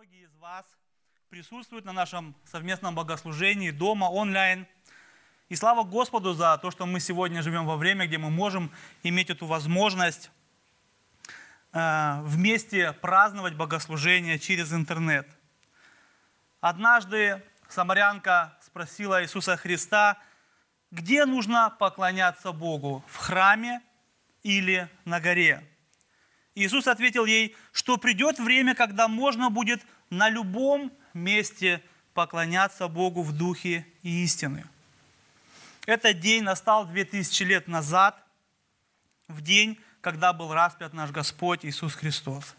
многие из вас присутствуют на нашем совместном богослужении дома, онлайн. И слава Господу за то, что мы сегодня живем во время, где мы можем иметь эту возможность вместе праздновать богослужение через интернет. Однажды самарянка спросила Иисуса Христа, где нужно поклоняться Богу, в храме или на горе? Иисус ответил ей, что придет время, когда можно будет на любом месте поклоняться Богу в духе и истины. Этот день настал 2000 лет назад, в день, когда был распят наш Господь Иисус Христос.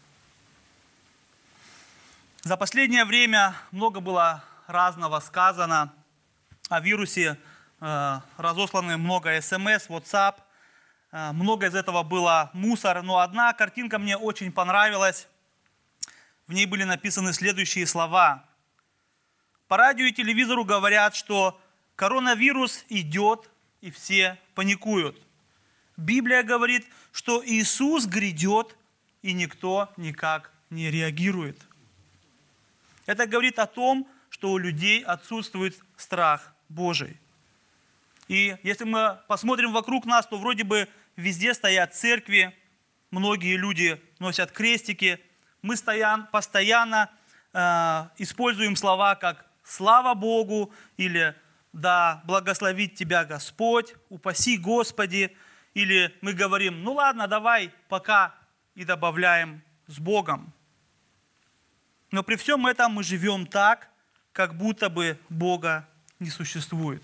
За последнее время много было разного сказано о вирусе, разосланы много СМС, WhatsApp. Много из этого было мусор, но одна картинка мне очень понравилась. В ней были написаны следующие слова. По радио и телевизору говорят, что коронавирус идет, и все паникуют. Библия говорит, что Иисус грядет, и никто никак не реагирует. Это говорит о том, что у людей отсутствует страх Божий. И если мы посмотрим вокруг нас, то вроде бы везде стоят церкви, многие люди носят крестики. Мы постоянно используем слова как «слава Богу» или «да благословит тебя Господь», «упаси Господи», или мы говорим «ну ладно, давай пока» и добавляем «с Богом». Но при всем этом мы живем так, как будто бы Бога не существует.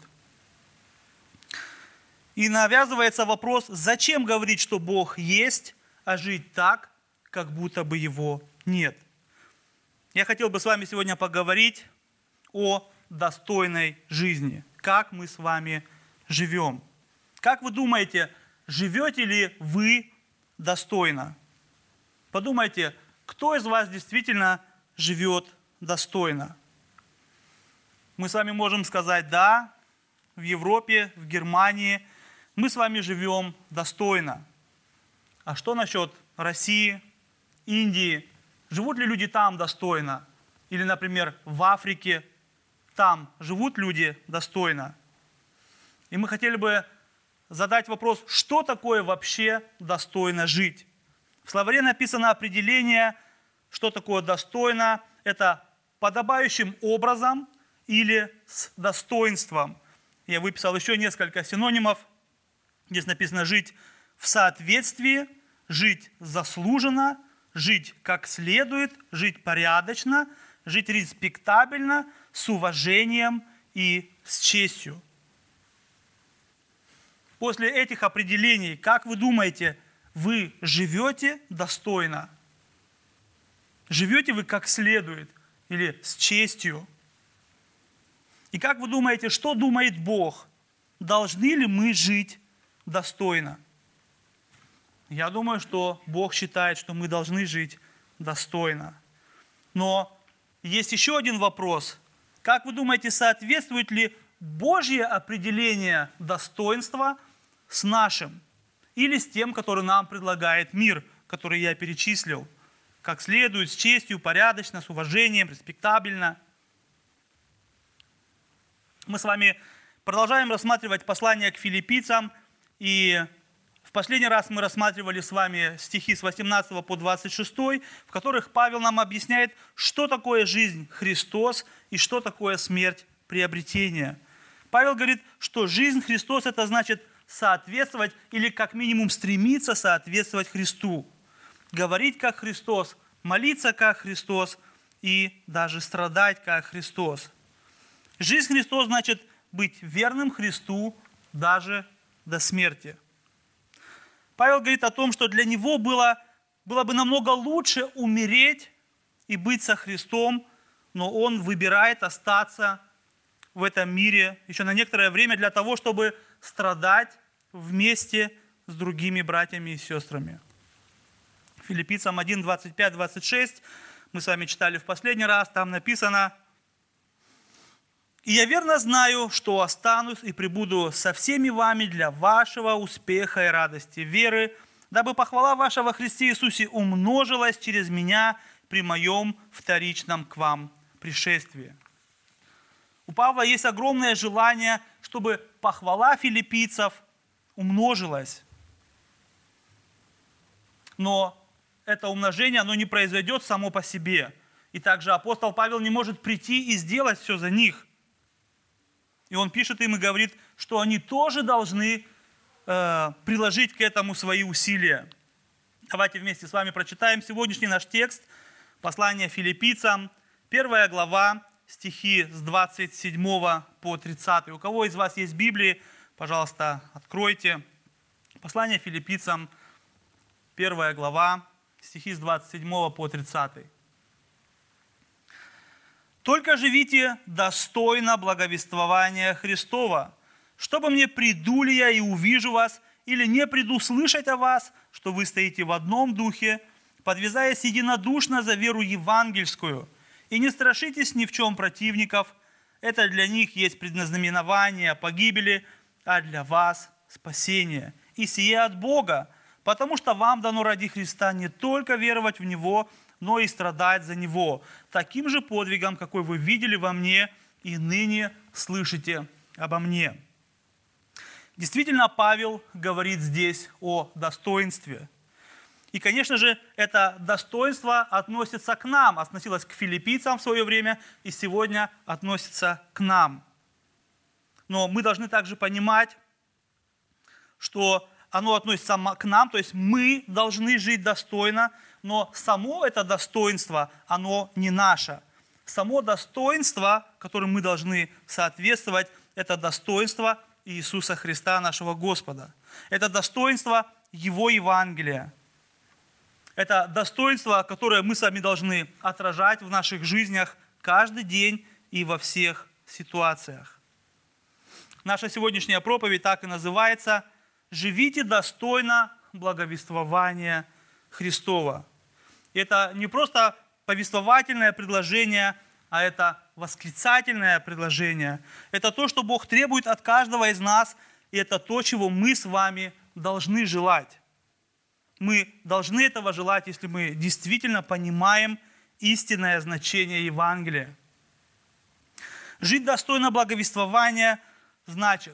И навязывается вопрос, зачем говорить, что Бог есть, а жить так, как будто бы Его нет. Я хотел бы с вами сегодня поговорить о достойной жизни. Как мы с вами живем. Как вы думаете, живете ли вы достойно? Подумайте, кто из вас действительно живет достойно? Мы с вами можем сказать, да, в Европе, в Германии мы с вами живем достойно. А что насчет России, Индии? Живут ли люди там достойно? Или, например, в Африке, там живут люди достойно? И мы хотели бы задать вопрос, что такое вообще достойно жить? В словаре написано определение, что такое достойно. Это подобающим образом или с достоинством. Я выписал еще несколько синонимов. Здесь написано «жить в соответствии», «жить заслуженно», «жить как следует», «жить порядочно», «жить респектабельно», «с уважением» и «с честью». После этих определений, как вы думаете, вы живете достойно? Живете вы как следует или с честью? И как вы думаете, что думает Бог? Должны ли мы жить достойно? Я думаю, что Бог считает, что мы должны жить достойно. Но есть еще один вопрос. Как вы думаете, соответствует ли Божье определение достоинства с нашим? Или с тем, который нам предлагает мир, который я перечислил? Как следует, с честью, порядочно, с уважением, респектабельно. Мы с вами продолжаем рассматривать послание к филиппийцам. И в последний раз мы рассматривали с вами стихи с 18 по 26, в которых Павел нам объясняет, что такое жизнь Христос и что такое смерть приобретения. Павел говорит, что жизнь Христос – это значит соответствовать или как минимум стремиться соответствовать Христу. Говорить как Христос, молиться как Христос и даже страдать как Христос. Жизнь Христос значит быть верным Христу даже до смерти. Павел говорит о том, что для него было бы намного лучше умереть и быть со Христом, но он выбирает остаться в этом мире еще на некоторое время для того, чтобы страдать вместе с другими братьями и сестрами. Филиппийцам 1, 25, 26 мы с вами читали в последний раз, там написано: «И я верно знаю, что останусь и пребуду со всеми вами для вашего успеха и радости веры, дабы похвала ваша во Христе Иисусе умножилась через меня при моем вторичном к вам пришествии». У Павла есть огромное желание, чтобы похвала филиппийцев умножилась. Но это умножение, оно не произойдет само по себе. И также апостол Павел не может прийти и сделать все за них. И он пишет им и говорит, что они тоже должны приложить к этому свои усилия. Давайте вместе с вами прочитаем сегодняшний наш текст, послание филиппийцам, 1 глава, стихи с 27 по 30. У кого из вас есть Библии, пожалуйста, откройте. Послание филиппийцам, 1 глава, стихи с 27 по 30. «Только живите достойно благовествования Христова, чтобы мне приду ли я и увижу вас, или не приду слышать о вас, что вы стоите в одном духе, подвязаясь единодушно за веру евангельскую, и не страшитесь ни в чем противников, это для них есть предназнаменование погибели, а для вас спасение. И сие от Бога, потому что вам дано ради Христа не только веровать в Него, но и страдать за Него, таким же подвигом, какой вы видели во мне и ныне слышите обо мне». Действительно, Павел говорит здесь о достоинстве. И, конечно же, это достоинство относится к нам, относилось к филиппийцам в свое время и сегодня относится к нам. Но мы должны также понимать, что оно относится к нам, то есть мы должны жить достойно, но само это достоинство, оно не наше. Само достоинство, которым мы должны соответствовать, это достоинство Иисуса Христа, нашего Господа. Это достоинство Его Евангелия. Это достоинство, которое мы сами должны отражать в наших жизнях каждый день и во всех ситуациях. Наша сегодняшняя проповедь так и называется «Живите достойно благовествования Христова». И это не просто повествовательное предложение, а это восклицательное предложение. Это то, что Бог требует от каждого из нас, и это то, чего мы с вами должны желать. Мы должны этого желать, если мы действительно понимаем истинное значение Евангелия. Жить достойно благовествования значит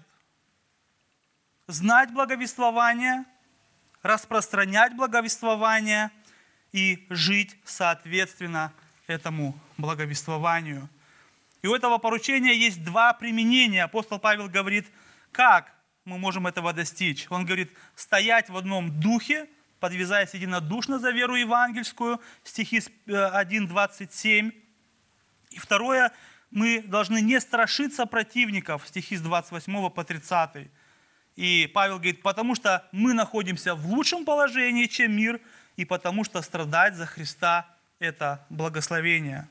знать благовествование, распространять благовествование и жить соответственно этому благовествованию. И у этого поручения есть два применения. Апостол Павел говорит, как мы можем этого достичь. Он говорит, стоять в одном духе, подвязаясь единодушно за веру евангельскую, стихи 1:27. И второе, мы должны не страшиться противников, стихи с 28 по 30. И Павел говорит, потому что мы находимся в лучшем положении, чем мир, и потому что страдать за Христа – это благословение.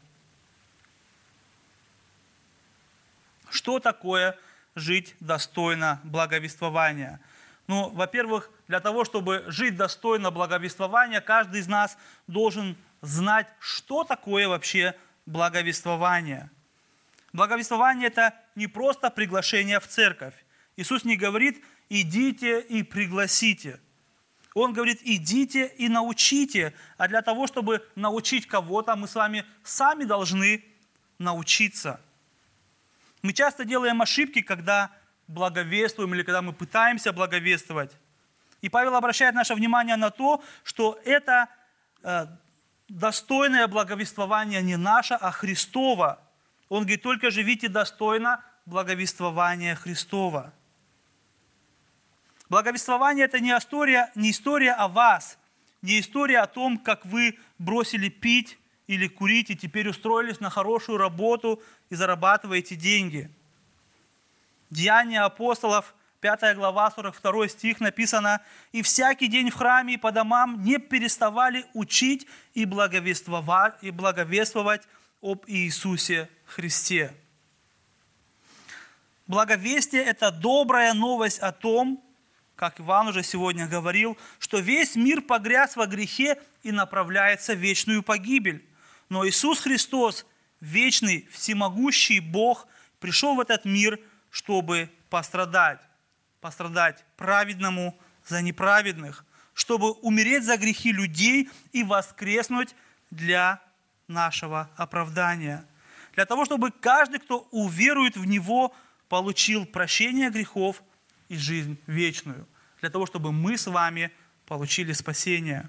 Что такое жить достойно благовествования? Ну, во-первых, для того, чтобы жить достойно благовествования, каждый из нас должен знать, что такое вообще благовествование. Благовествование – это не просто приглашение в церковь. Иисус не говорит «идите и пригласите». Он говорит «идите и научите». А для того, чтобы научить кого-то, мы с вами сами должны научиться. Мы часто делаем ошибки, когда благовествуем или когда мы пытаемся благовествовать. И Павел обращает наше внимание на то, что это достойное благовествование не наше, а Христово. Он говорит, только живите достойно благовествования Христова. Благовествование – это не история о вас, не история о том, как вы бросили пить или курить и теперь устроились на хорошую работу и зарабатываете деньги. Деяния апостолов, 5 глава, 42 стих написано, «И всякий день в храме и по домам не переставали учить и благовествовать об Иисусе Христе». Благовестие – это добрая новость о том, как Иван уже сегодня говорил, что весь мир погряз во грехе и направляется в вечную погибель. Но Иисус Христос, вечный, всемогущий Бог, пришел в этот мир, чтобы пострадать праведному за неправедных, чтобы умереть за грехи людей и воскреснуть для нашего оправдания. Для того, чтобы каждый, кто уверует в Него, получил прощение грехов и жизнь вечную. Для того, чтобы мы с вами получили спасение.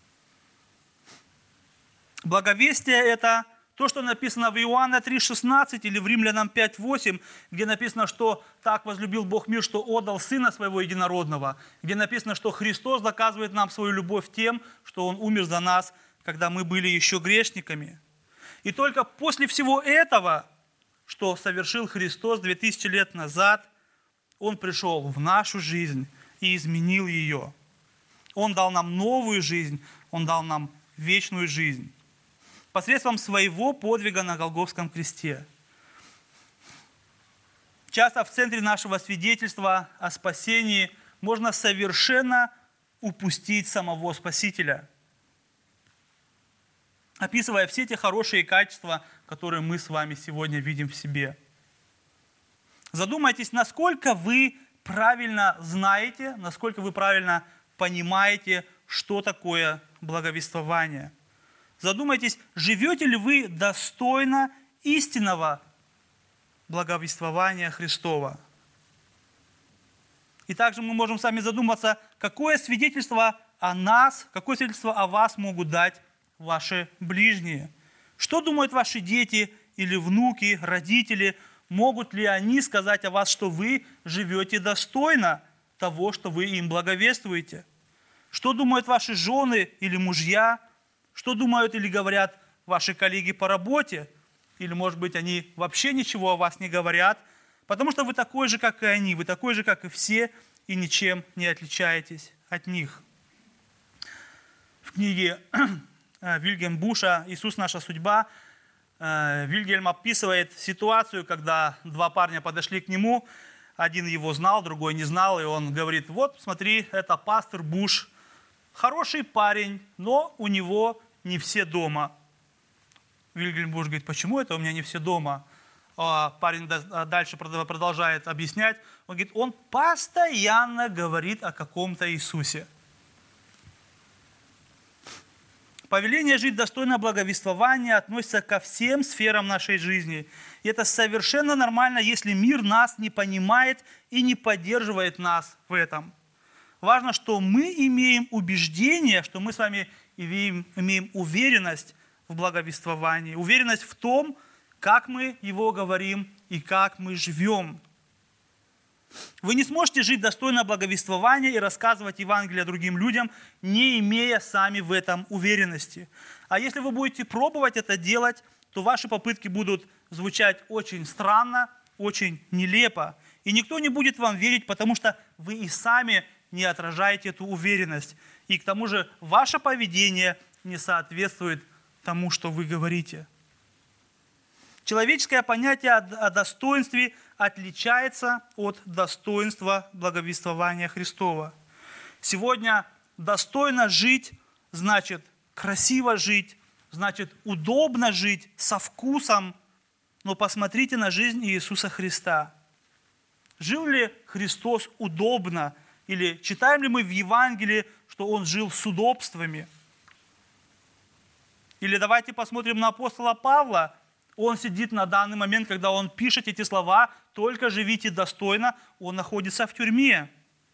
Благовестие – это то, что написано в Иоанна 3,16 или в Римлянам 5,8, где написано, что так возлюбил Бог мир, что отдал Сына Своего Единородного, где написано, что Христос доказывает нам свою любовь тем, что Он умер за нас, когда мы были еще грешниками. И только после всего этого, что совершил Христос 2000 лет назад, Он пришел в нашу жизнь и изменил ее. Он дал нам новую жизнь, Он дал нам вечную жизнь посредством своего подвига на Голгофском кресте. Часто в центре нашего свидетельства о спасении можно совершенно упустить самого Спасителя, описывая все те хорошие качества, которые мы с вами сегодня видим в себе. Задумайтесь, насколько вы правильно знаете, насколько вы правильно понимаете, что такое благовествование. Задумайтесь, живете ли вы достойно истинного благовествования Христова. И также мы можем сами задуматься, какое свидетельство о нас, какое свидетельство о вас могут дать ваши ближние. Что думают ваши дети или внуки, родители? Могут ли они сказать о вас, что вы живете достойно того, что вы им благовествуете? Что думают ваши жены или мужья? Что думают или говорят ваши коллеги по работе? Или, может быть, они вообще ничего о вас не говорят, потому что вы такой же, как и они, вы такой же, как и все, и ничем не отличаетесь от них. В книге Вильгельма Буша «Иисус. Наша судьба» Вильгельм описывает ситуацию, когда два парня подошли к нему, один его знал, другой не знал, и он говорит: вот, смотри, это пастор Буш, хороший парень, но у него не все дома. Вильгельм Буш говорит: почему это у меня не все дома? А парень дальше продолжает объяснять. Он говорит: он постоянно говорит о каком-то Иисусе. Повеление жить достойно благовествования относится ко всем сферам нашей жизни. И это совершенно нормально, если мир нас не понимает и не поддерживает нас в этом. Важно, что мы имеем убеждение, что мы с вами имеем уверенность в благовествовании, уверенность в том, как мы его говорим и как мы живем. Вы не сможете жить достойно благовествования и рассказывать Евангелие другим людям, не имея сами в этом уверенности. А если вы будете пробовать это делать, то ваши попытки будут звучать очень странно, очень нелепо. И никто не будет вам верить, потому что вы и сами не отражаете эту уверенность. И к тому же ваше поведение не соответствует тому, что вы говорите. Человеческое понятие о достоинстве отличается от достоинства благовествования Христова. Сегодня достойно жить значит красиво жить, значит удобно жить, со вкусом. Но посмотрите на жизнь Иисуса Христа. Жил ли Христос удобно? Или читаем ли мы в Евангелии, что Он жил с удобствами? Или давайте посмотрим на апостола Павла. Он сидит на данный момент, когда он пишет эти слова: «Только живите достойно», он находится в тюрьме.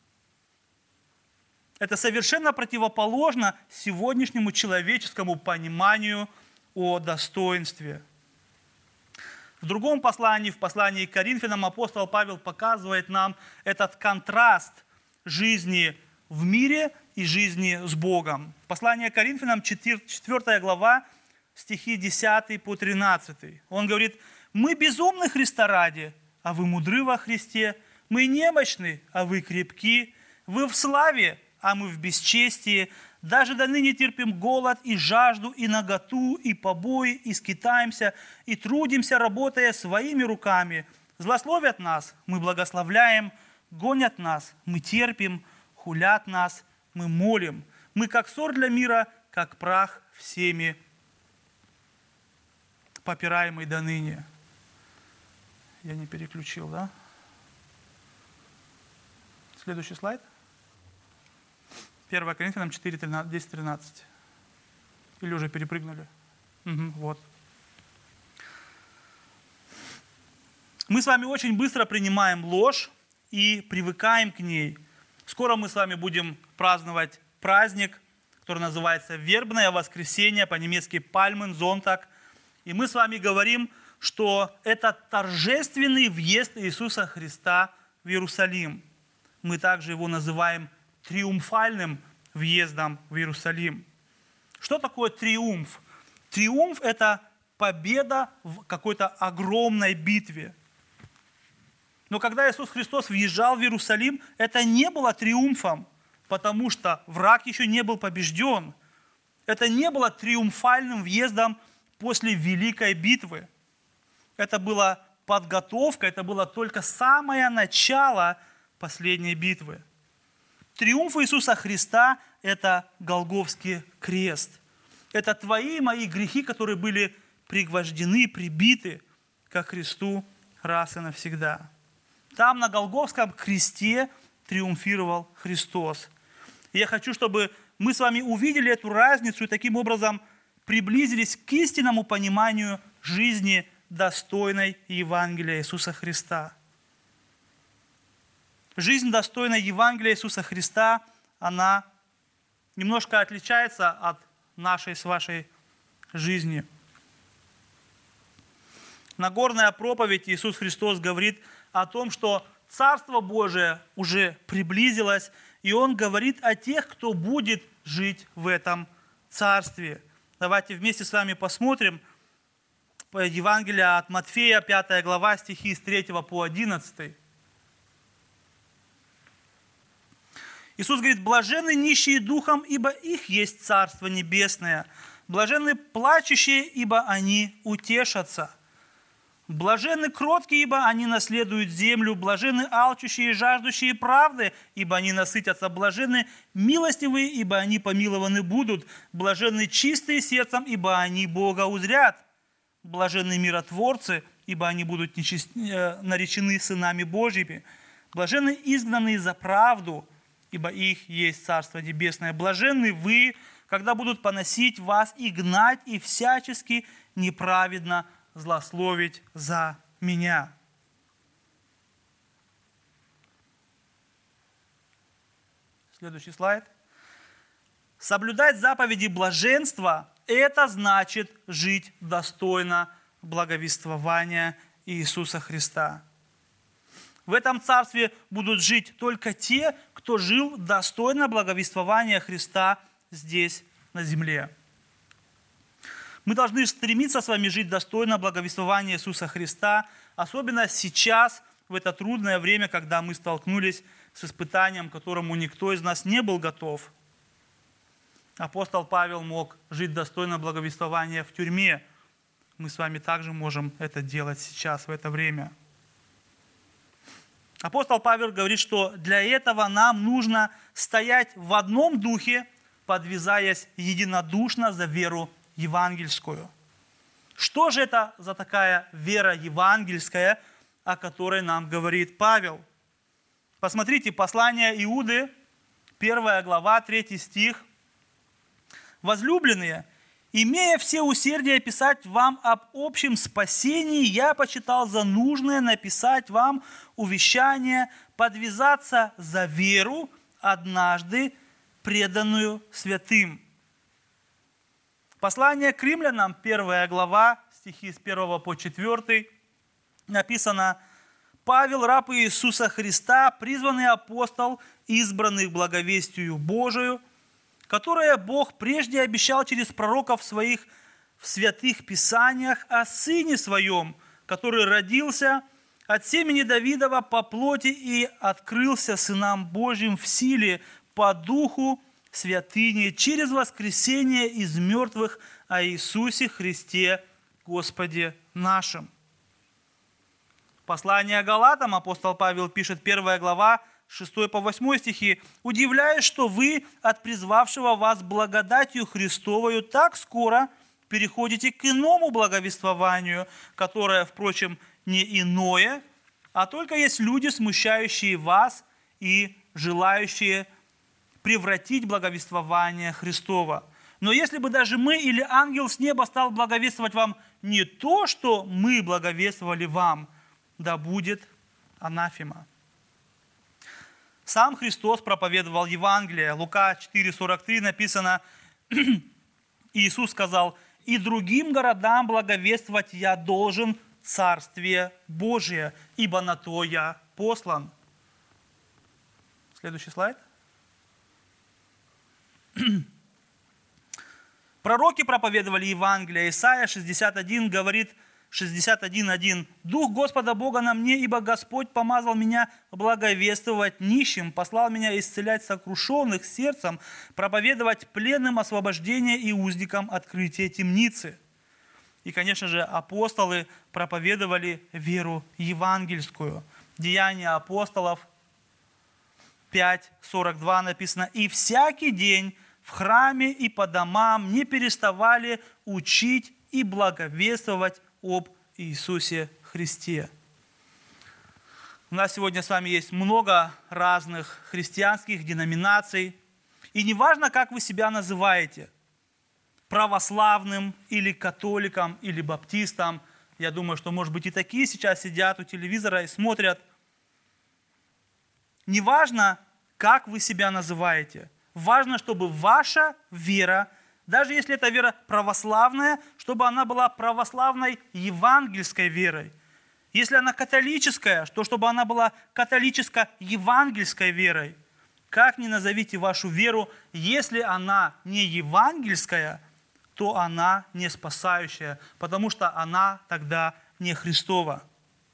Это совершенно противоположно сегодняшнему человеческому пониманию о достоинстве. В другом послании, в послании к Коринфянам, апостол Павел показывает нам этот контраст жизни в мире и жизни с Богом. Послание к Коринфянам, 4 глава, стихи 10 по 13. Он говорит: «Мы безумны Христа ради, а вы мудры во Христе. Мы немощны, а вы крепки. Вы в славе, а мы в бесчестии. Даже до ныне терпим голод и жажду, и наготу, и побои, и скитаемся, и трудимся, работая своими руками. Злословят нас, мы благословляем, гонят нас, мы терпим, хулят нас, мы молим. Мы как ссор для мира, как прах всеми попираемый до ныне». Я не переключил, да? Следующий слайд. 1 Коринфянам 4, 10-13. Или уже перепрыгнули? Вот. Мы с вами очень быстро принимаем ложь и привыкаем к ней. Скоро мы с вами будем праздновать праздник, который называется Вербное воскресенье, по-немецки Пальмensonntag. И мы с вами говорим, что это торжественный въезд Иисуса Христа в Иерусалим. Мы также его называем триумфальным въездом в Иерусалим. Что такое триумф? Триумф – это победа в какой-то огромной битве. Но когда Иисус Христос въезжал в Иерусалим, это не было триумфом, потому что враг еще не был побежден. Это не было триумфальным въездом после великой битвы. Это была подготовка, это было только самое начало последней битвы. Триумф Иисуса Христа – это Голгофский крест. Это твои и мои грехи, которые были пригвождены, прибиты ко кресту раз и навсегда. Там на Голгофском кресте триумфировал Христос. И я хочу, чтобы мы с вами увидели эту разницу и таким образом приблизились к истинному пониманию жизни, достойной Евангелия Иисуса Христа. Жизнь, достойная Евангелия Иисуса Христа, она немножко отличается от нашей с вашей жизни. Нагорная проповедь Иисус Христос говорит о том, что Царство Божие уже приблизилось, и Он говорит о тех, кто будет жить в этом Царстве. Давайте вместе с вами посмотрим Евангелие от Матфея, 5 глава, стихи с 3 по 11. Иисус говорит: «Блаженны нищие духом, ибо их есть Царство Небесное. Блаженны плачущие, ибо они утешатся. Блаженны кроткие, ибо они наследуют землю. Блаженны алчущие и жаждущие правды, ибо они насытятся. Блаженны милостивые, ибо они помилованы будут. Блаженны чистые сердцем, ибо они Бога узрят. Блаженны миротворцы, ибо они будут наречены сынами Божьими. Блаженны изгнанные за правду, ибо их есть Царство Небесное. Блаженны вы, когда будут поносить вас и гнать, и всячески неправедно злословить за меня». Следующий слайд. Соблюдать заповеди блаженства – это значит жить достойно благовествования Иисуса Христа. В этом царстве будут жить только те, кто жил достойно благовествования Христа здесь, на земле. Мы должны стремиться с вами жить достойно благовествования Иисуса Христа, особенно сейчас, в это трудное время, когда мы столкнулись с испытанием, к которому никто из нас не был готов. Апостол Павел мог жить достойно благовествования в тюрьме. Мы с вами также можем это делать сейчас, в это время. Апостол Павел говорит, что для этого нам нужно стоять в одном духе, подвязаясь единодушно за веру евангельскую. Что же это за такая вера евангельская, о которой нам говорит Павел? Посмотрите, послание Иуды, 1 глава, 3 стих. «Возлюбленные, имея все усердие писать вам об общем спасении, я почитал за нужное написать вам увещание, подвязаться за веру, однажды преданную святым». Послание к римлянам, 1 глава, стихи с 1 по 4, написано: «Павел, раб Иисуса Христа, призванный апостол, избранный к благовестию Божию, которое Бог прежде обещал через пророков своих в святых писаниях о Сыне Своем, который родился от семени Давидова по плоти и открылся сынам Божьим в силе по духу святыни через воскресение из мертвых о Иисусе Христе Господе нашим». Послание Галатам апостол Павел пишет, 1 глава, 6 по 8 стихи: «Удивляюсь, что вы от призвавшего вас благодатью Христовою так скоро переходите к иному благовествованию, которое, впрочем, не иное, а только есть люди, смущающие вас и желающие превратить благовествование Христова. Но если бы даже мы или ангел с неба стал благовествовать вам не то, что мы благовествовали вам, да будет анафема». Сам Христос проповедовал Евангелие. Лука 4:43 написано, Иисус сказал: «И другим городам благовествовать я должен Царствие Божие, ибо на то я послан». Следующий слайд. Пророки проповедовали Евангелие. Исайя 61 говорит, 61:1: «Дух Господа Бога на мне, ибо Господь помазал меня благовествовать нищим, послал меня исцелять сокрушенных сердцем, проповедовать пленным освобождение и узникам открытие темницы». И, конечно же, апостолы проповедовали веру евангельскую. Деяния апостолов 5:42 написано: «И всякий день в храме и по домам не переставали учить и благовествовать об Иисусе Христе». У нас сегодня с вами есть много разных христианских деноминаций. И неважно, как вы себя называете, православным или католиком, или баптистом. Я думаю, что, может быть, и такие сейчас сидят у телевизора и смотрят. Неважно, как вы себя называете. Важно, чтобы ваша вера, даже если это вера православная, чтобы она была православной евангельской верой. Если она католическая, то чтобы она была католическо-евангельской верой. Как ни назовите вашу веру, если она не евангельская, то она не спасающая, потому что она тогда не Христова.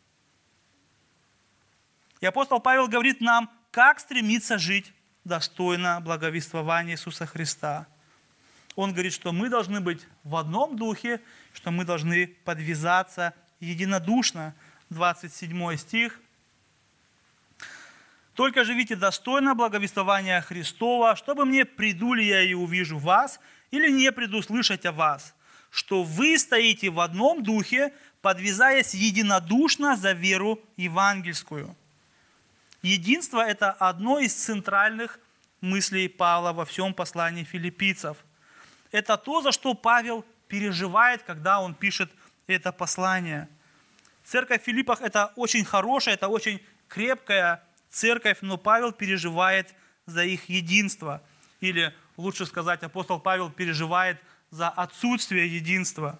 И апостол Павел говорит нам, как стремиться жить достойно благовествования Иисуса Христа. Он говорит, что мы должны быть в одном духе, что мы должны подвязаться единодушно. 27 стих. «Только живите достойно благовествования Христова, чтобы мне, приду ли я и увижу вас, или не приду слышать о вас, что вы стоите в одном духе, подвязаясь единодушно за веру евангельскую». Единство – это одно из центральных мыслей Павла во всем послании филиппийцев. Это то, за что Павел переживает, когда он пишет это послание. Церковь в Филиппах – это очень хорошая, это очень крепкая церковь, но Павел переживает за их единство. Или, лучше сказать, апостол Павел переживает за отсутствие единства.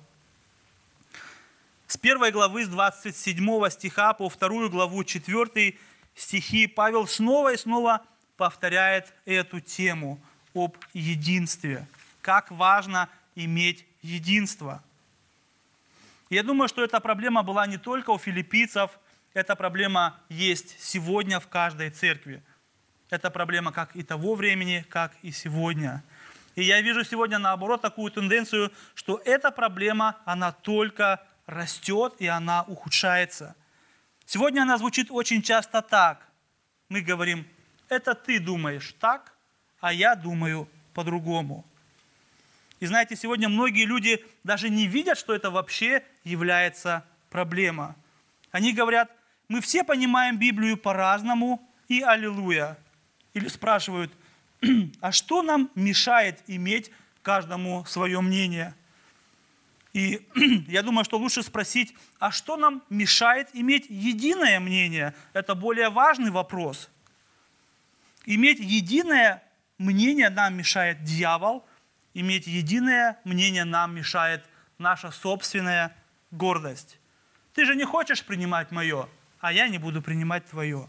С 1 главы, с 27 стиха по 2 главу, 4 стихи Павел снова и снова повторяет эту тему об единстве. Как важно иметь единство. Я думаю, что эта проблема была не только у филиппийцев, эта проблема есть сегодня в каждой церкви. Это проблема как и того времени, как и сегодня. И я вижу сегодня, наоборот, такую тенденцию, что эта проблема, она только растет и она ухудшается. Сегодня она звучит очень часто так. Мы говорим, это ты думаешь так, а я думаю по-другому. И знаете, сегодня многие люди даже не видят, что это вообще является проблема. Они говорят, мы все понимаем Библию по-разному и аллилуйя. Или спрашивают, а что нам мешает иметь каждому свое мнение? И я думаю, что лучше спросить, а что нам мешает иметь единое мнение? Это более важный вопрос. Иметь единое мнение нам мешает дьявол, иметь единое мнение нам мешает наша собственная гордость. Ты же не хочешь принимать мое, а я не буду принимать твое.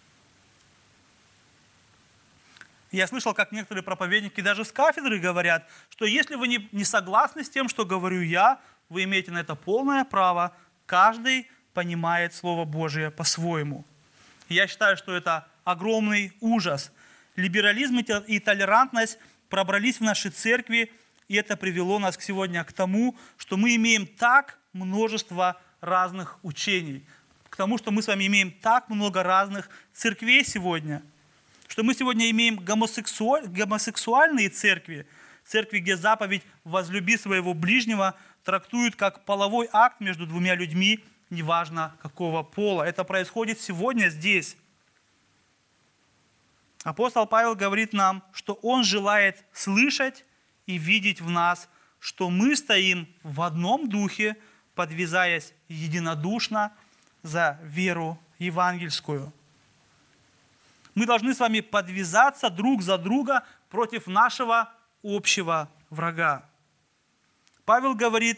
Я слышал, как некоторые проповедники даже с кафедры говорят, что если вы не согласны с тем, что говорю я, вы имеете на это полное право. Каждый понимает Слово Божие по-своему. Я считаю, что это огромный ужас. Либерализм и толерантность пробрались в наши церкви, и это привело нас сегодня к тому, что мы имеем так множество разных учений, к тому, что мы с вами имеем так много разных церквей сегодня, что мы сегодня имеем гомосексуальные церкви, церкви, где заповедь «возлюби своего ближнего» трактуют как половой акт между двумя людьми, неважно какого пола. Это происходит сегодня здесь. Апостол Павел говорит нам, что он желает слышать и видеть в нас, что мы стоим в одном духе, подвязаясь единодушно за веру евангельскую. Мы должны с вами подвязаться друг за друга против нашего общего врага. Павел говорит,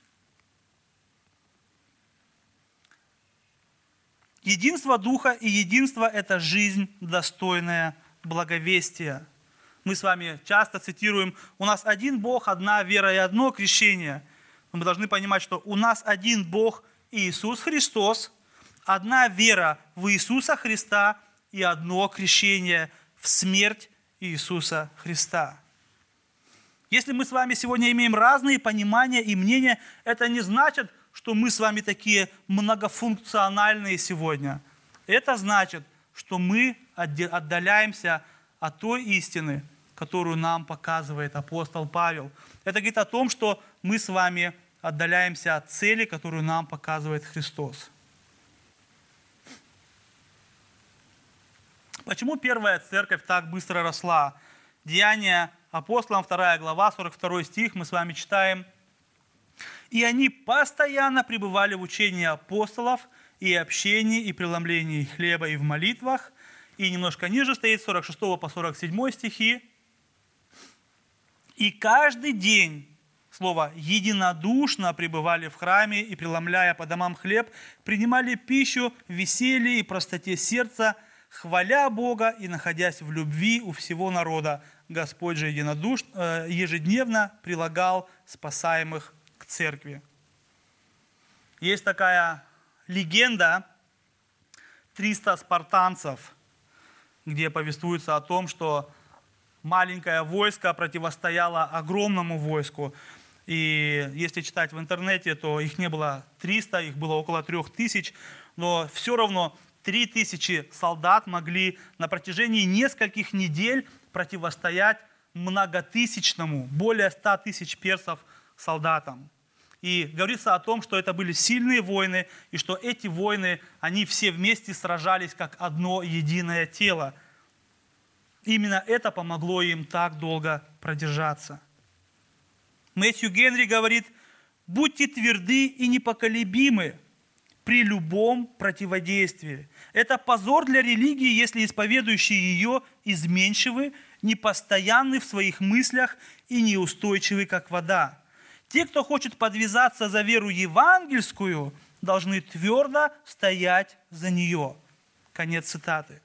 единство Духа и единство – это жизнь, достойная благовестия. Мы с вами часто цитируем, у нас один Бог, одна вера и одно крещение. Но мы должны понимать, что у нас один Бог Иисус Христос, одна вера в Иисуса Христа и одно крещение в смерть Иисуса Христа. Если мы с вами сегодня имеем разные понимания и мнения, это не значит, что мы с вами такие многофункциональные сегодня. Это значит, что мы отдаляемся от той истины, которую нам показывает апостол Павел. Это говорит о том, что мы с вами отдаляемся от цели, которую нам показывает Христос. Почему первая церковь так быстро росла? Деяния апостолам, 2 глава, 42 стих, мы с вами читаем. «И они постоянно пребывали в учении апостолов, и общении, и преломлении хлеба, и в молитвах». И немножко ниже стоит, с 46 по 47 стихи. «И каждый день, слово, единодушно пребывали в храме, и, преломляя по домам хлеб, принимали пищу в веселье и простоте сердца, хваля Бога и находясь в любви у всего народа. Господь же ежедневно прилагал спасаемых к церкви». Есть такая легенда 300 спартанцев, где повествуется о том, что маленькое войско противостояло огромному войску. И если читать в интернете, то их не было 300, их было около 3000, но все равно 3000 солдат могли на протяжении нескольких недель противостоять многотысячному, более 100 тысяч персов солдатам. И говорится о том, что это были сильные войны, и что эти войны, они все вместе сражались как одно единое тело. Именно это помогло им так долго продержаться. Мэтью Генри говорит, «Будьте тверды и непоколебимы при любом противодействии. Это позор для религии, если исповедующие ее изменчивы, непостоянны в своих мыслях и неустойчивы, как вода. Те, кто хочет подвязаться за веру евангельскую, должны твердо стоять за нее». Конец цитаты.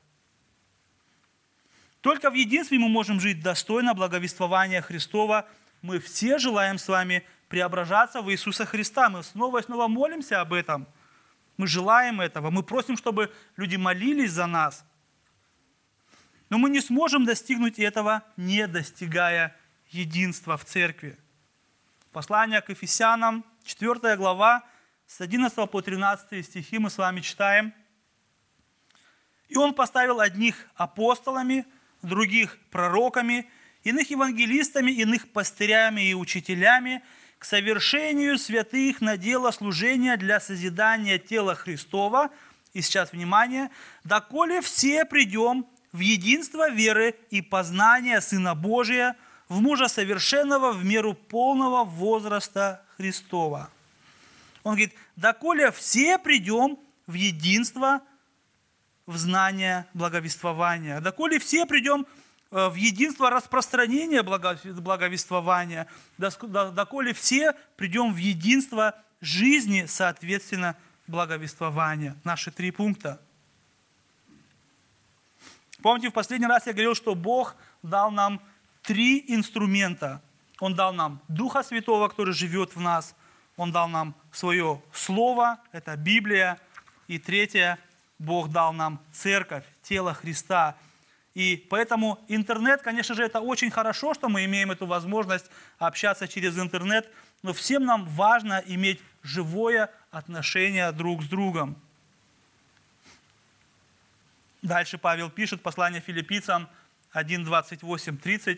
Только в единстве мы можем жить достойно благовествования Христова. Мы все желаем с вами преображаться в Иисуса Христа. Мы снова и снова молимся об этом. Мы желаем этого. Мы просим, чтобы люди молились за нас. Но мы не сможем достигнуть этого, не достигая единства в церкви. Послание к Ефесянам, 4 глава, с 11 по 13 стихи мы с вами читаем. «И он поставил одних апостолами, других пророками, иных евангелистами, иных пастырями и учителями, к совершению святых на дело служения для созидания тела Христова». И сейчас, внимание, «доколе все придем в единство веры и познания Сына Божия, в мужа совершенного в меру полного возраста Христова». Он говорит, доколе все придем в единство, в знание благовествования, доколе все придем в единство распространения благовествования, доколе все придем в единство жизни, соответственно, благовествования. Наши 3 пункта. Помните, в последний раз я говорил, что Бог дал нам 3 инструмента. Он дал нам Духа Святого, который живет в нас. Он дал нам свое Слово, это Библия. И 3, Бог дал нам церковь, тело Христа. И поэтому интернет, конечно же, это очень хорошо, что мы имеем эту возможность общаться через интернет, но всем нам важно иметь живое отношение друг с другом. Дальше Павел пишет, послание филиппийцам 1, 28, 30.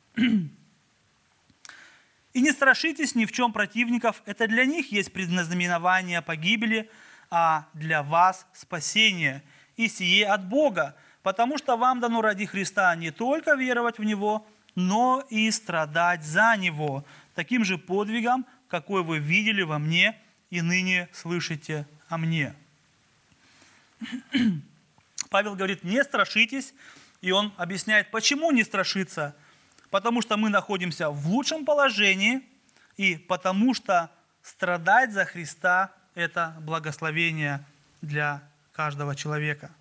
«И не страшитесь ни в чем противников, это для них есть предназнаменование погибели, а для вас спасение, и сие от Бога, потому что вам дано ради Христа не только веровать в Него, но и страдать за Него, таким же подвигом, какой вы видели во мне и ныне слышите о мне». Павел говорит: не страшитесь, и он объясняет, почему не страшиться. Потому что мы находимся в лучшем положении, и потому что страдать за Христа – это благословение для каждого человека.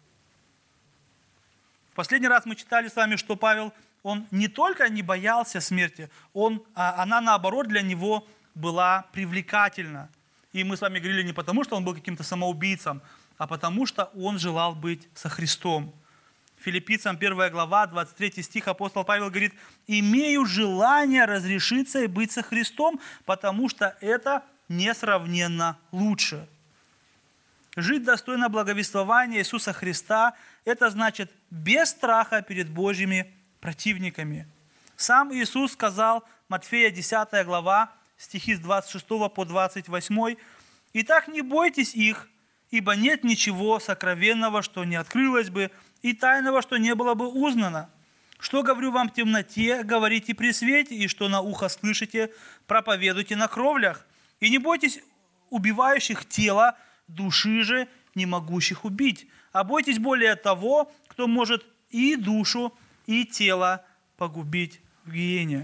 В последний раз мы читали с вами, что Павел, он не только не боялся смерти, она наоборот для него была привлекательна. И мы с вами говорили не потому, что он был каким-то самоубийцем, а потому что он желал быть со Христом. Филиппийцам 1 глава, 23 стих, апостол Павел говорит: «Имею желание разрешиться и быть со Христом, потому что это несравненно лучше». Жить достойно благовествования Иисуса Христа – это значит без страха перед Божьими противниками. Сам Иисус сказал, Матфея 10 глава, стихи с 26 по 28: «Итак, не бойтесь их, ибо нет ничего сокровенного, что не открылось бы, и тайного, что не было бы узнано. Что говорю вам в темноте, говорите при свете, и что на ухо слышите, проповедуйте на кровлях. И не бойтесь убивающих тело, души же не могущих убить, а бойтесь более того, кто может и душу, и тело погубить в гиене».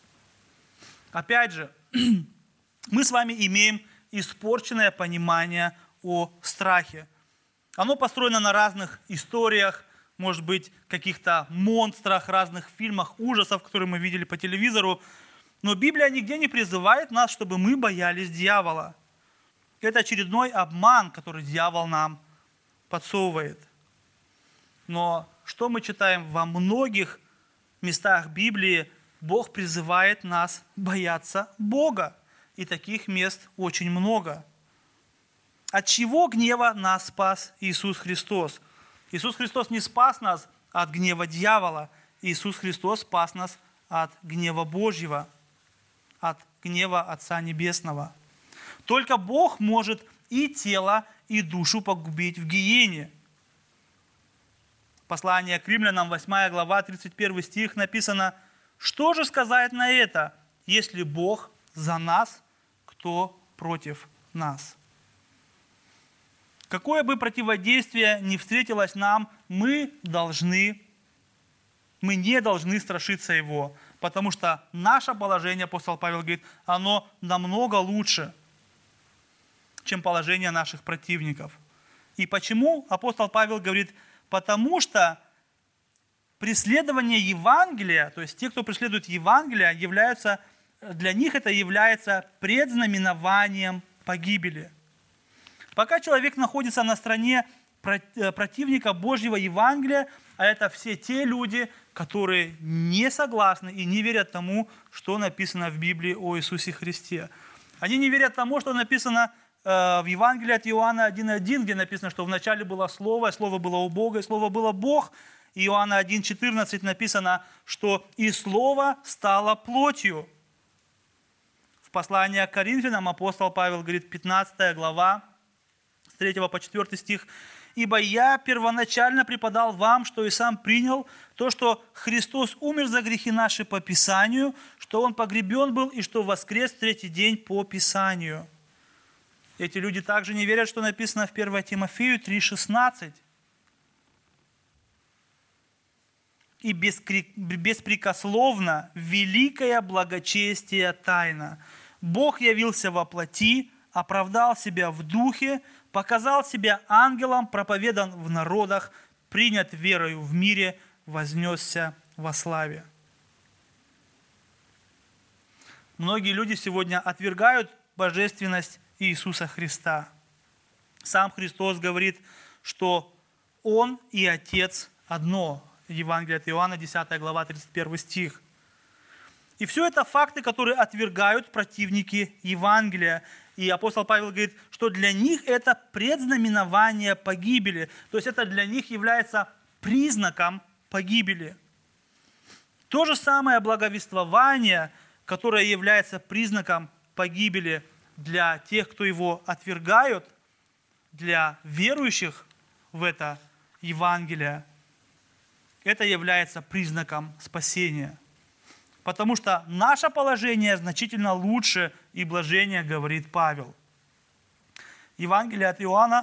Опять же, мы с вами имеем испорченное понимание о страхе. Оно построено на разных историях, может быть, каких-то монстрах, разных фильмах ужасов, которые мы видели по телевизору. Но Библия нигде не призывает нас, чтобы мы боялись дьявола. Это очередной обман, который дьявол нам подсовывает. Но что мы читаем во многих местах Библии? Бог призывает нас бояться Бога. И таких мест очень много. От чего гнева нас спас Иисус Христос? Иисус Христос не спас нас от гнева дьявола. Иисус Христос спас нас от гнева Божьего, от гнева Отца Небесного. Только Бог может и тело, и душу погубить в гиене. Послание к Римлянам, 8 глава, 31 стих написано: «Что же сказать на это? Если Бог за нас, кто против нас?» Какое бы противодействие ни встретилось нам, мы не должны страшиться его, потому что наше положение, апостол Павел говорит, оно намного лучше, чем положение наших противников. И почему апостол Павел говорит? Потому что преследование Евангелия, то есть те, кто преследует Евангелие, для них это является предзнаменованием погибели. Пока человек находится на стороне противника Божьего Евангелия, а это все те люди, которые не согласны и не верят тому, что написано в Библии о Иисусе Христе. Они не верят тому, что написано в Евангелии от Иоанна 1:1, где написано, что вначале было Слово, и Слово было у Бога, и Слово было Бог. И Иоанна 1:14 написано, что «и Слово стало плотью». В послании к Коринфянам апостол Павел говорит, 15 глава, с 3 по 4 стих: «Ибо я первоначально преподал вам, что и сам принял, то, что Христос умер за грехи наши по Писанию, что Он погребен был и что воскрес в третий день по Писанию». Эти люди также не верят, что написано в 1 Тимофею 3:16. «И беспрекословно великое благочестие тайна. Бог явился во плоти, оправдал себя в духе, показал себя ангелом, проповедан в народах, принят верою в мире, вознесся во славе». Многие люди сегодня отвергают божественность Иисуса Христа. Сам Христос говорит, что Он и Отец одно. Евангелие от Иоанна, 10 глава, 31 стих. И все это факты, которые отвергают противники Евангелия. И апостол Павел говорит, что для них это предзнаменование погибели. То есть это для них является признаком погибели. То же самое благовествование, которое является признаком погибели для тех, кто его отвергают, для верующих в это Евангелие, это является признаком спасения. потому что наше положение значительно лучше и блажение, говорит Павел. Евангелие от Иоанна,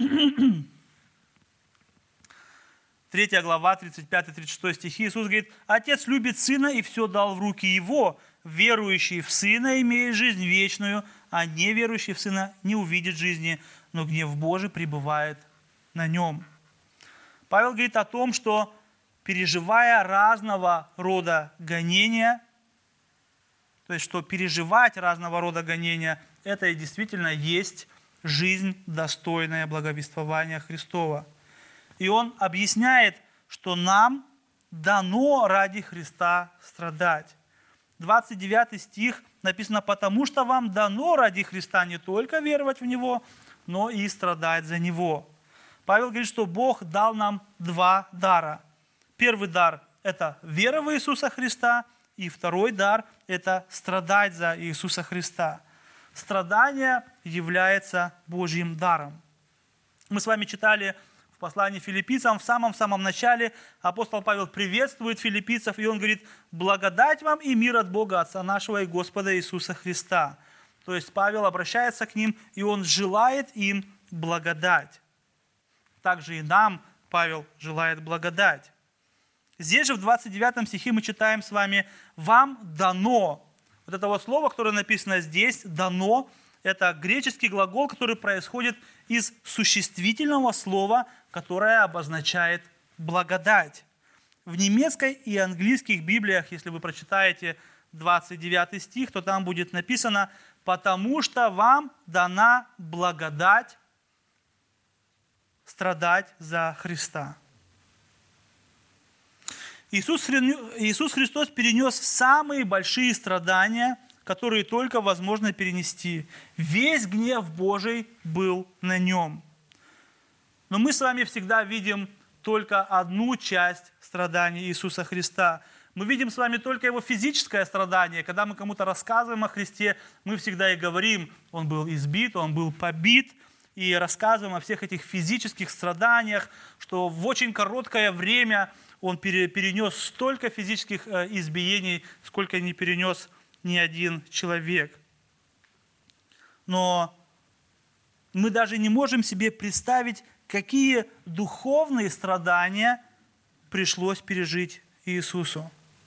3 глава, 35-36 стихи, Иисус говорит: «Отец любит Сына и все дал в руки Его. Верующий в Сына имеет жизнь вечную, а неверующий в Сына не увидит жизни, но гнев Божий пребывает на нем». Павел говорит о том, что, переживая разного рода гонения, то есть, что переживать разного рода гонения, это и действительно есть жизнь, достойная благовествования Христова. И он объясняет, что нам дано ради Христа страдать. 29 стих написано: «Потому что вам дано ради Христа не только веровать в Него, но и страдать за Него». Павел говорит, что Бог дал нам два дара. Первый дар – это вера в Иисуса Христа, и второй дар – это страдать за Иисуса Христа. Страдание является Божьим даром. Мы с вами читали в послании филиппийцам, в самом начале апостол Павел приветствует филиппийцев, и он говорит: «Благодать вам и мир от Бога Отца нашего и Господа Иисуса Христа». То есть Павел обращается к ним, и он желает им благодать. Также и нам Павел желает благодать. Здесь же в 29 стихе мы читаем с вами: «Вам дано». Вот это вот слово, которое написано здесь, «дано», это греческий глагол, который происходит из существительного слова, которое обозначает благодать. В немецкой и английских библиях, если вы прочитаете 29 стих, то там будет написано: «Потому что вам дана благодать страдать за Христа». Иисус Христос перенес самые большие страдания, которые только возможно перенести. Весь гнев Божий был на нем. Но мы с вами всегда видим только одну часть страданий Иисуса Христа. Мы видим с вами только Его физическое страдание. Когда мы кому-то рассказываем о Христе, мы всегда и говорим: Он был избит, Он был побит, и рассказываем о всех этих физических страданиях, что в очень короткое время Он перенес столько физических избиений, сколько не перенес ни один человек. Но мы даже не можем себе представить, какие духовные страдания пришлось пережить Иисусу.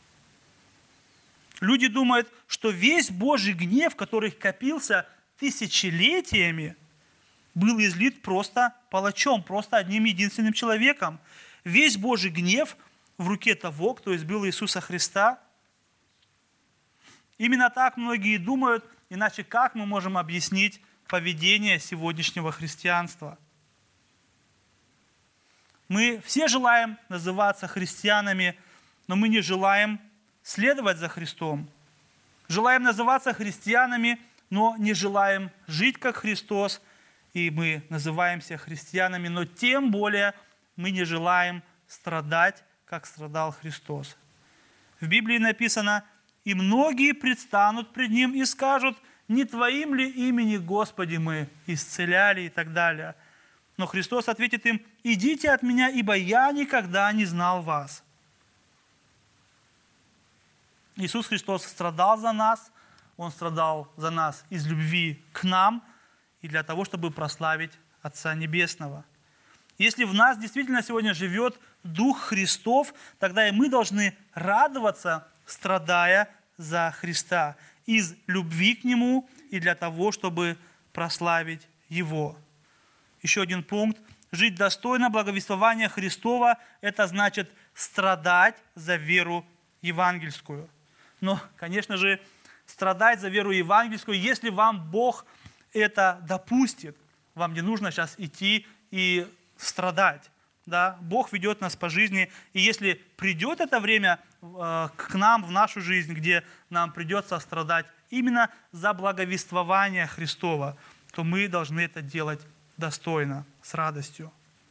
Люди думают, что весь Божий гнев, который копился тысячелетиями, был излит просто палачом, просто одним единственным человеком. Весь Божий гнев в руке того, кто избил Иисуса Христа. Именно так многие думают, иначе как мы можем объяснить поведение сегодняшнего христианства? Мы все желаем называться христианами, но мы не желаем следовать за Христом. Желаем называться христианами, но не желаем жить как Христос, и мы называемся христианами, но тем более мы не желаем страдать, как страдал Христос. В Библии написано: «И многие предстанут пред Ним и скажут: не Твоим ли имени, Господи, мы исцеляли?» и так далее. Но Христос ответит им: «Идите от Меня, ибо Я никогда не знал вас». Иисус Христос страдал за нас, Он страдал за нас из любви к нам и для того, чтобы прославить Отца Небесного. Если в нас действительно сегодня живет Дух Христов, тогда и мы должны радоваться, страдая за Христа, из любви к Нему и для того, чтобы прославить Его. Еще один пункт. Жить достойно благовествования Христова – это значит страдать за веру евангельскую. Но, конечно же, страдать за веру евангельскую, если вам Бог это допустит. Вам не нужно сейчас идти и страдать. Да? Бог ведет нас по жизни, и если придет это время к нам, в нашу жизнь, где нам придется страдать именно за благовествование Христова, то мы должны это делать достойно, с радостью.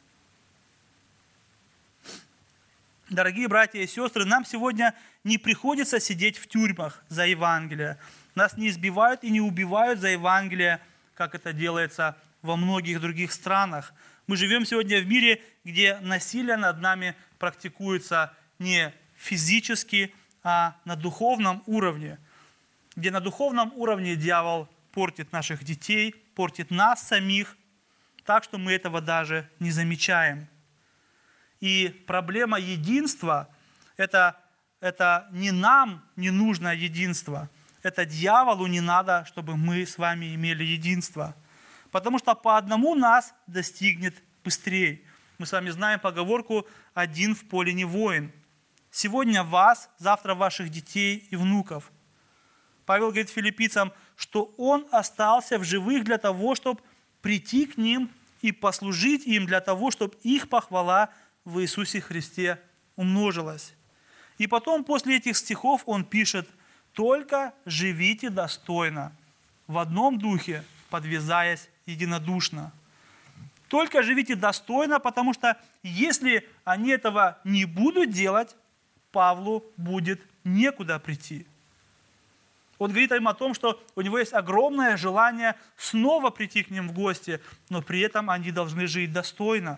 Дорогие братья и сестры, нам сегодня не приходится сидеть в тюрьмах за Евангелие. Нас не избивают и не убивают за Евангелие, как это делается во многих других странах. Мы живем сегодня в мире, где насилие над нами практикуется не физически, а на духовном уровне, где на духовном уровне дьявол портит наших детей, портит нас самих, так что мы этого даже не замечаем. И проблема единства – это не нам не нужно единство, это дьяволу не надо, чтобы мы с вами имели единство. Потому что по одному нас достигнет быстрее. Мы с вами знаем поговорку «один в поле не воин». Сегодня вас, завтра ваших детей и внуков. Павел говорит филиппийцам, что он остался в живых для того, чтобы прийти к ним и послужить им для того, чтобы их похвала в Иисусе Христе умножилась. И потом, после этих стихов, он пишет: «Только живите достойно, в одном духе, подвязаясь единодушно». Только живите достойно, потому что если они этого не будут делать, Павлу будет некуда прийти. Он говорит им о том, что у него есть огромное желание снова прийти к ним в гости, но при этом они должны жить достойно.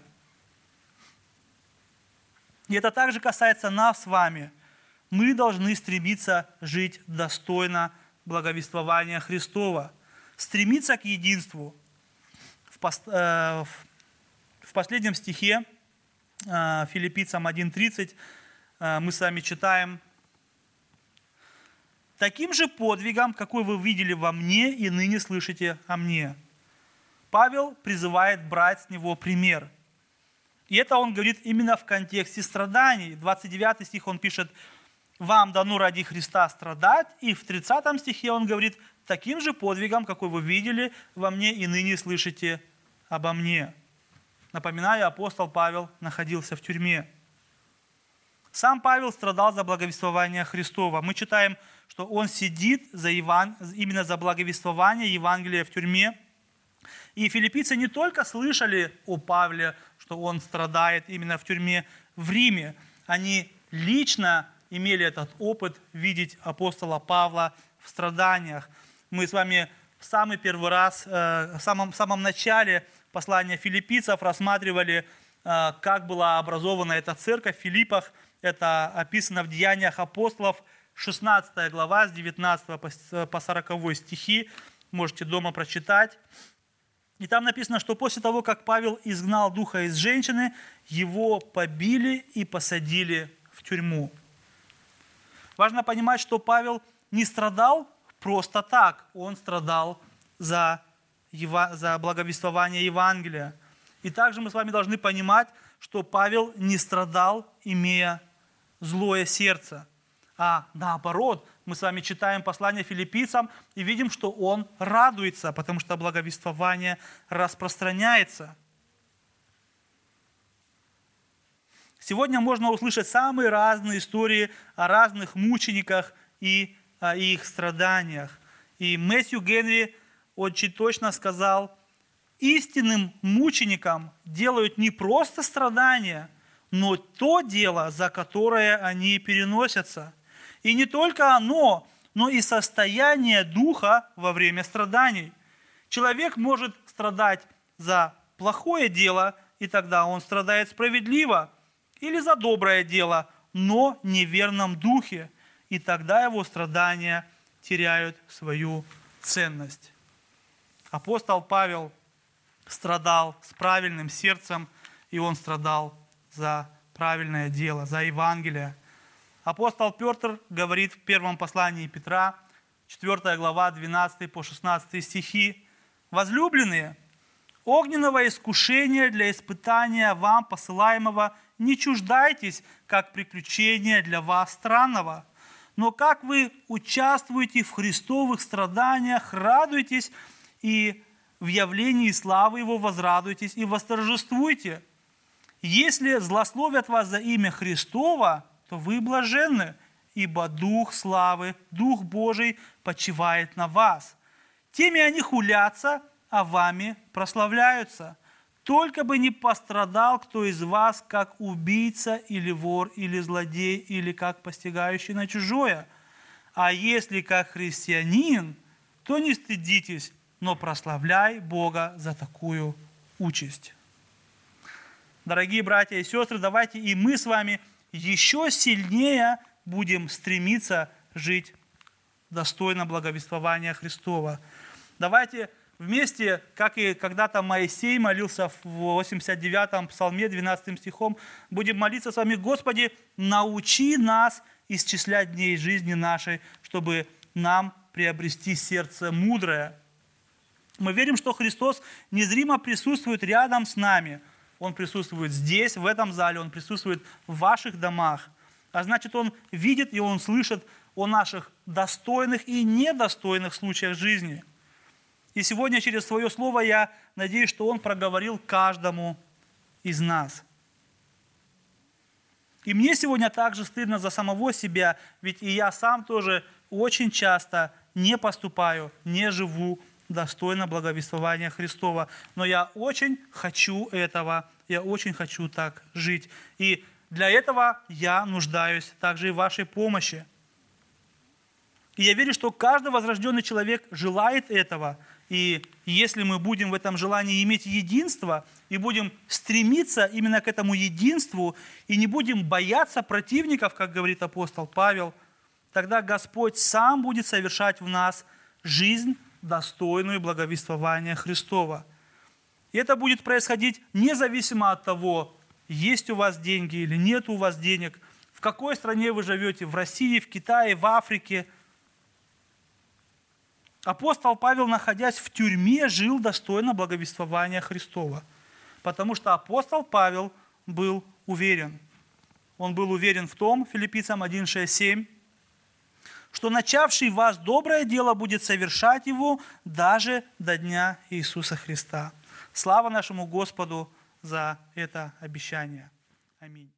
И это также касается нас с вами. Мы должны стремиться жить достойно благовествования Христова, стремиться к единству. В последнем стихе Филиппийцам 1:30 мы с вами читаем: «Таким же подвигом, какой вы видели во мне и ныне слышите о мне». Павел призывает брать с него пример. И это он говорит именно в контексте страданий. 29 стих он пишет: «Вам дано ради Христа страдать». И в 30 стихе он говорит: «Таким же подвигом, какой вы видели во мне и ныне слышите обо мне». Напоминаю, апостол Павел находился в тюрьме. Сам Павел страдал за благовествование Христова. Мы читаем, что он сидит именно за благовествование Евангелия в тюрьме. И филиппийцы не только слышали о Павле, что он страдает именно в тюрьме в Риме, они лично имели этот опыт видеть апостола Павла в страданиях. Мы с вами в самый первый раз, в самом начале послания филиппийцев рассматривали, как была образована эта церковь в Филиппах. Это описано в Деяниях апостолов, 16 глава, с 19 по 40 стихи. Можете дома прочитать. И там написано, что после того, как Павел изгнал духа из женщины, его побили и посадили в тюрьму. Важно понимать, что Павел не страдал просто так. Он страдал за благовествование Евангелия. И также мы с вами должны понимать, что Павел не страдал, имея злое сердце. А наоборот, мы с вами читаем послание филиппийцам и видим, что он радуется, потому что благовествование распространяется. Сегодня можно услышать самые разные истории о разных мучениках и о их страданиях. И Мэтью Генри очень точно сказал: истинным мученикам делают не просто страдания, но то дело, за которое они переносятся. И не только оно, но и состояние духа во время страданий. Человек может страдать за плохое дело, и тогда он страдает справедливо, или за доброе дело, но в неверном духе, и тогда его страдания теряют свою ценность. Апостол Павел страдал с правильным сердцем, и он страдал за правильное дело, за Евангелие. Апостол Петр говорит в первом послании Петра, 4 глава, 12 по 16 стихи: «Возлюбленные, огненного искушения для испытания вам посылаемого не чуждайтесь, как приключения для вас странного, но как вы участвуете в христовых страданиях, радуйтесь, и в явлении славы Его возрадуйтесь и восторжествуйте. Если злословят вас за имя Христово, то вы блаженны, ибо Дух славы, Дух Божий почивает на вас. Теми они хулятся, а вами прославляются. Только бы не пострадал кто из вас, как убийца, или вор, или злодей, или как посягающий на чужое. А если как христианин, то не стыдитесь, но прославляй Бога за такую участь». Дорогие братья и сестры, давайте и мы с вами еще сильнее будем стремиться жить достойно благовествования Христова. Давайте вместе, как и когда-то Моисей молился в 89-м псалме, 12 стихом, будем молиться с вами: «Господи, научи нас исчислять дней жизни нашей, чтобы нам приобрести сердце мудрое». Мы верим, что Христос незримо присутствует рядом с нами. Он присутствует здесь, в этом зале, Он присутствует в ваших домах. А значит, Он видит и Он слышит о наших достойных и недостойных случаях жизни. И сегодня через свое слово я надеюсь, что Он проговорил каждому из нас. И мне сегодня также стыдно за самого себя, ведь и я сам тоже очень часто не поступаю, не живу достойно благовествования Христова. Но я очень хочу этого, я очень хочу так жить. И для этого я нуждаюсь также и в вашей помощи. И я верю, что каждый возрожденный человек желает этого. И если мы будем в этом желании иметь единство, и будем стремиться именно к этому единству, и не будем бояться противников, как говорит апостол Павел, тогда Господь сам будет совершать в нас жизнь, достойную благовествования Христова. И это будет происходить независимо от того, есть у вас деньги или нет у вас денег, в какой стране вы живете, в России, в Китае, в Африке. Апостол Павел, находясь в тюрьме, жил достойно благовествования Христова, потому что апостол Павел был уверен. Он был уверен в том, Филиппийцам 1:6-7, что начавший в вас доброе дело будет совершать его даже до дня Иисуса Христа. Слава нашему Господу за это обещание. Аминь.